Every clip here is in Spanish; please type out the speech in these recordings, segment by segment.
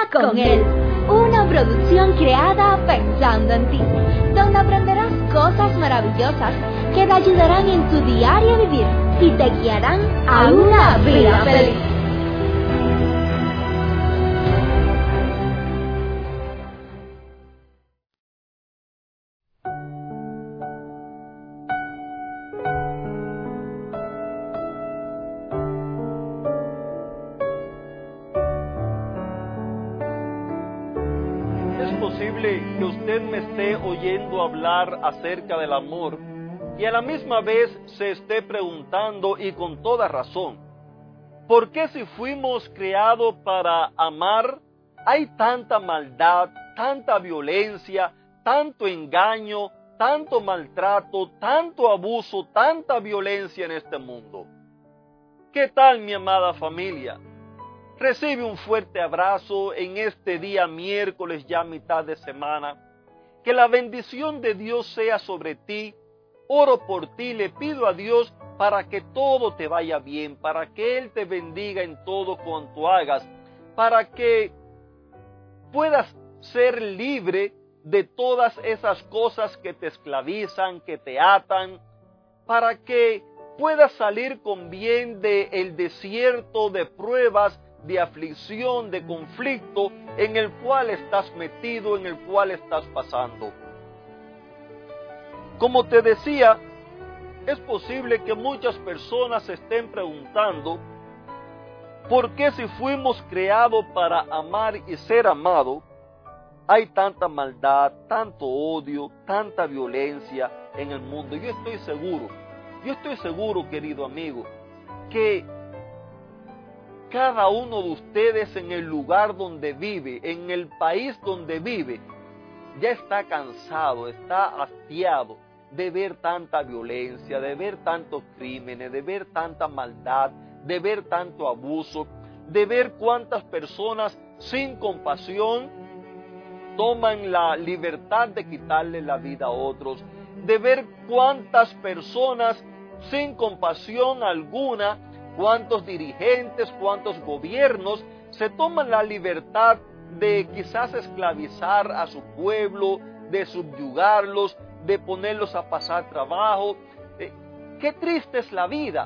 con Él, una producción creada pensando en ti, donde aprenderás cosas maravillosas que te ayudarán en tu diario vivir y te guiarán a una vida feliz. Es posible que usted me esté oyendo hablar acerca del amor y a la misma vez se esté preguntando, y con toda razón, ¿por qué si fuimos creados para amar, hay tanta maldad, tanta violencia, tanto engaño, tanto maltrato, tanto abuso, tanta violencia en este mundo? ¿Qué tal, mi amada familia? Recibe un fuerte abrazo en este día miércoles, ya mitad de semana. Que la bendición de Dios sea sobre ti. Oro por ti, le pido a Dios para que todo te vaya bien, para que Él te bendiga en todo cuanto hagas, para que puedas ser libre de todas esas cosas que te esclavizan, que te atan, para que puedas salir con bien del desierto de pruebas, de aflicción, de conflicto en el cual estás metido, en el cual estás pasando. Como te decía, es posible que muchas personas se estén preguntando por qué si fuimos creados para amar y ser amados, hay tanta maldad, tanto odio, tanta violencia en el mundo. Yo estoy seguro, querido amigo, que cada uno de ustedes en el lugar donde vive, en el país donde vive, ya está cansado, está hastiado de ver tanta violencia, de ver tantos crímenes, de ver tanta maldad, de ver tanto abuso, de ver cuántas personas sin compasión toman la libertad de quitarle la vida a otros, de ver cuántas personas sin compasión alguna, cuántos dirigentes, cuántos gobiernos se toman la libertad de quizás esclavizar a su pueblo, de subyugarlos, de ponerlos a pasar trabajo. Qué triste es la vida,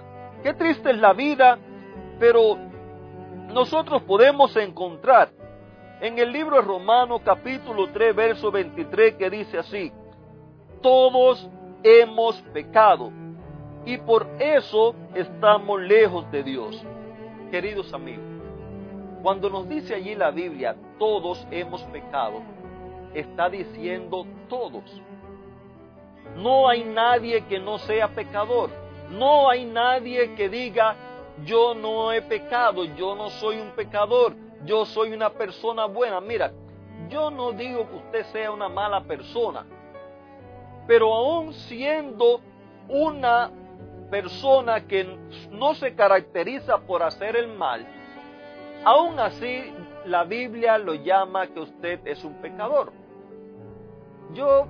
pero nosotros podemos encontrar en el libro de Romanos capítulo 3, verso 23, que dice así: todos hemos pecado y por eso estamos lejos de Dios. Queridos amigos, cuando nos dice allí la Biblia, todos hemos pecado, está diciendo todos. No hay nadie que no sea pecador. No hay nadie que diga, yo no he pecado, yo no soy un pecador, yo soy una persona buena. Mira, yo no digo que usted sea una mala persona, pero aún siendo una persona que no se caracteriza por hacer el mal, aún así la Biblia lo llama que usted es un pecador. Yo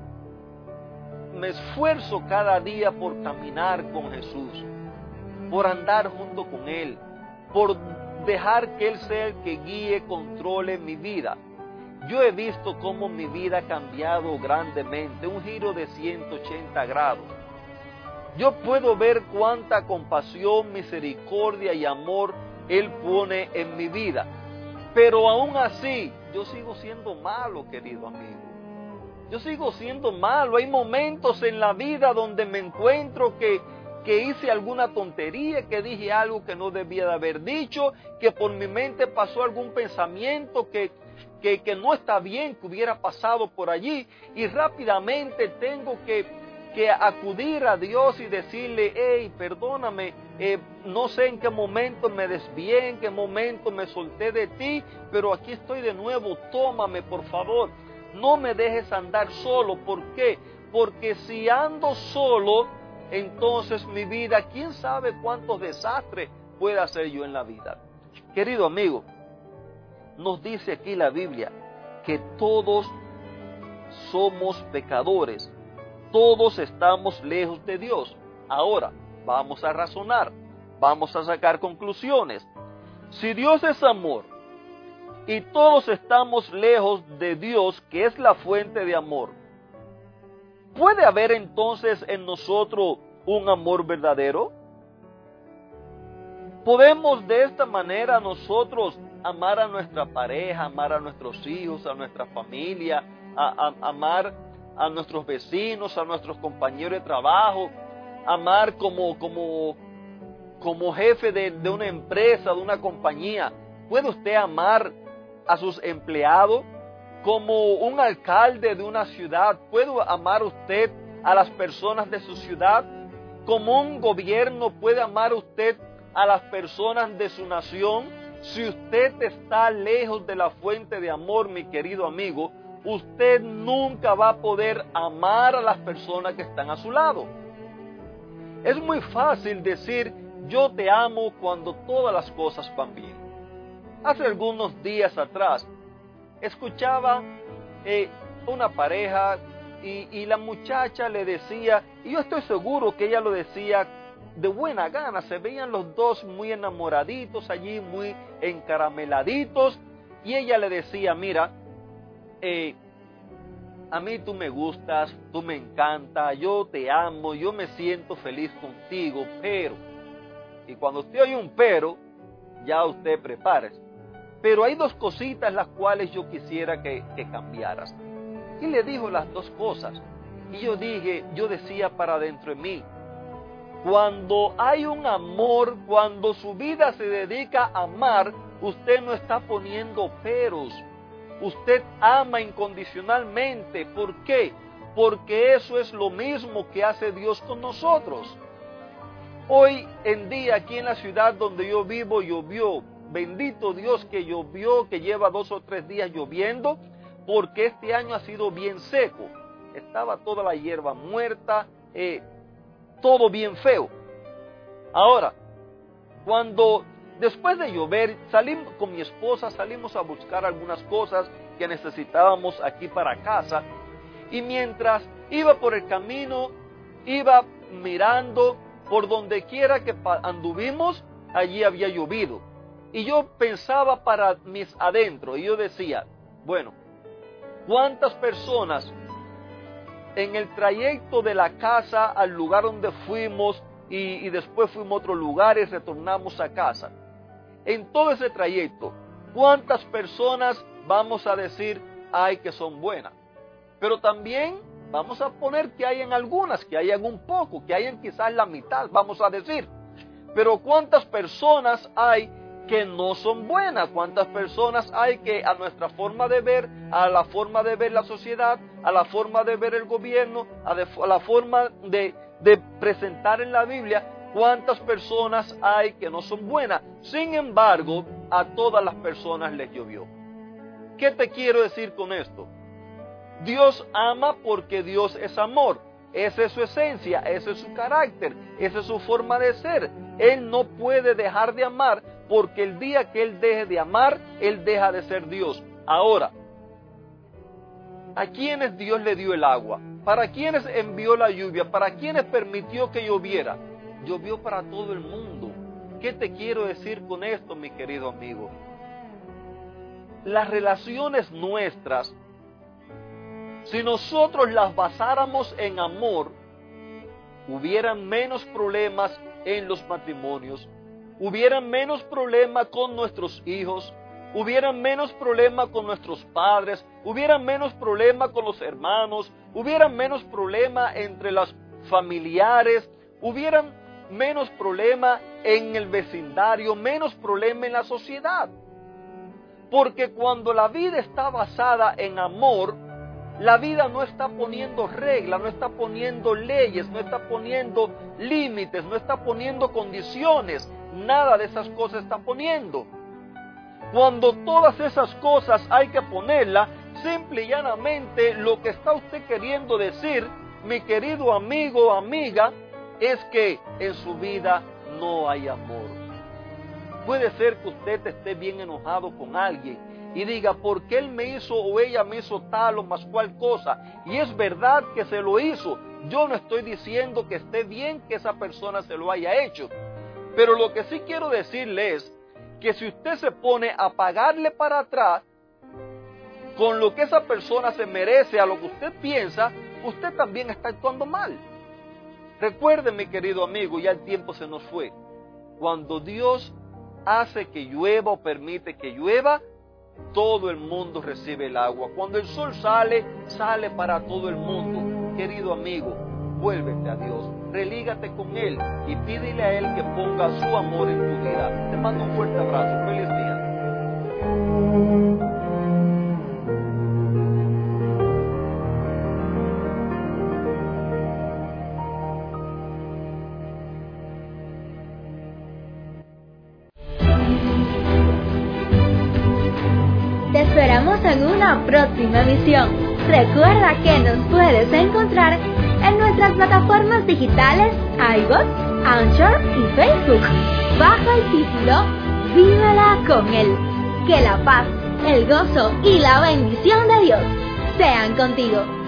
me esfuerzo cada día por caminar con Jesús, por andar junto con Él, por dejar que Él sea el que guíe, controle mi vida. Yo he visto cómo mi vida ha cambiado grandemente, un giro de 180 grados. Yo puedo ver cuánta compasión, misericordia y amor Él pone en mi vida. Pero aún así, yo sigo siendo malo, querido amigo. Yo sigo siendo malo. Hay momentos en la vida donde me encuentro que hice alguna tontería, que dije algo que no debía de haber dicho, que por mi mente pasó algún pensamiento que no está bien, que hubiera pasado por allí, y rápidamente tengo que acudir a Dios y decirle, hey, perdóname, no sé en qué momento me desvié, en qué momento me solté de ti, pero aquí estoy de nuevo, tómame por favor, no me dejes andar solo. ¿Por qué? Porque si ando solo, entonces mi vida, quién sabe cuántos desastres pueda hacer yo en la vida. Querido amigo, nos dice aquí la Biblia que todos somos pecadores, todos estamos lejos de Dios. Ahora, vamos a razonar, vamos a sacar conclusiones. Si Dios es amor y todos estamos lejos de Dios, que es la fuente de amor. ¿Puede haber entonces en nosotros un amor verdadero? ¿Podemos de esta manera nosotros amar a nuestra pareja, amar a nuestros hijos, a nuestra familia, amar a nuestros vecinos, a nuestros compañeros de trabajo, amar como jefe de una empresa, de una compañía? ¿Puede usted amar a sus empleados como un alcalde de una ciudad? ¿Puede amar usted a las personas de su ciudad? ¿Como un gobierno puede amar usted a las personas de su nación? Si usted está lejos de la fuente de amor, mi querido amigo, usted nunca va a poder amar a las personas que están a su lado. Es muy fácil decir yo te amo cuando todas las cosas van bien. Hace algunos días atrás escuchaba una pareja y la muchacha le decía, y yo estoy seguro que ella lo decía de buena gana, se veían los dos muy enamoraditos allí, muy encarameladitos, y ella le decía, mira, a mí tú me gustas, tú me encantas, yo te amo, yo me siento feliz contigo, pero, y cuando usted oye un pero, ya usted prepárese, pero hay dos cositas las cuales yo quisiera que cambiaras. Y le dijo las dos cosas, y yo decía para dentro de mí, cuando hay un amor, cuando su vida se dedica a amar, usted no está poniendo peros. Usted ama incondicionalmente. ¿Por qué? Porque eso es lo mismo que hace Dios con nosotros. Hoy en día, aquí en la ciudad donde yo vivo, llovió. Bendito Dios que llovió, que lleva 2 o 3 días lloviendo, porque este año ha sido bien seco. Estaba toda la hierba muerta, todo bien feo. Ahora, cuando después de llover, salimos con mi esposa, salimos a buscar algunas cosas que necesitábamos aquí para casa, y mientras iba por el camino, iba mirando por donde quiera que anduvimos, allí había llovido. Y yo pensaba para mis adentro, y yo decía, bueno, ¿cuántas personas en el trayecto de la casa al lugar donde fuimos y después fuimos a otro lugar y retornamos a casa? En todo ese trayecto, ¿cuántas personas vamos a decir hay que son buenas? Pero también vamos a poner que hayan algunas, que hayan un poco, que hayan quizás la mitad, vamos a decir. Pero ¿cuántas personas hay que no son buenas? ¿Cuántas personas hay que a nuestra forma de ver, a la forma de ver la sociedad, a la forma de ver el gobierno, a la forma de presentar en la Biblia, cuántas personas hay que no son buenas? Sin embargo, a todas las personas les llovió. ¿Qué te quiero decir con esto? Dios ama porque Dios es amor. Esa es su esencia, ese es su carácter, esa es su forma de ser. Él no puede dejar de amar, porque el día que Él deje de amar, Él deja de ser Dios. Ahora, ¿a quiénes Dios le dio el agua? ¿Para quiénes envió la lluvia? ¿Para quiénes permitió que lloviera? Llovió para todo el mundo. ¿Qué te quiero decir con esto, mi querido amigo? Las relaciones nuestras, si nosotros las basáramos en amor, hubieran menos problemas en los matrimonios, hubieran menos problemas con nuestros hijos, hubieran menos problemas con nuestros padres, hubieran menos problemas con los hermanos, hubieran menos problemas entre los familiares, hubieran menos problemas en el vecindario, menos problemas en la sociedad. Porque cuando la vida está basada en amor, la vida no está poniendo reglas, no está poniendo leyes, no está poniendo límites, no está poniendo condiciones. Nada de esas cosas está poniendo. Cuando todas esas cosas hay que ponerlas, simple y llanamente lo que está usted queriendo decir, mi querido amigo o amiga, es que en su vida no hay amor. Puede ser que usted esté bien enojado con alguien y diga, ¿por qué él me hizo o ella me hizo tal o más cual cosa? Y es verdad que se lo hizo. Yo no estoy diciendo que esté bien que esa persona se lo haya hecho. Pero lo que sí quiero decirle es que si usted se pone a pagarle para atrás con lo que esa persona se merece a lo que usted piensa, usted también está actuando mal. Recuerde, mi querido amigo, ya el tiempo se nos fue. Cuando Dios hace que llueva o permite que llueva, todo el mundo recibe el agua. Cuando el sol sale, sale para todo el mundo. Querido amigo, vuélvete a Dios, relígate con Él y pídele a Él que ponga su amor en tu vida. Te mando un fuerte abrazo. Feliz día. Te esperamos en una próxima emisión. Recuerda que nos puedes encontrar en nuestras plataformas digitales iVoox, Anchor y Facebook, bajo el título Vívela con Él. Que la paz, el gozo y la bendición de Dios sean contigo.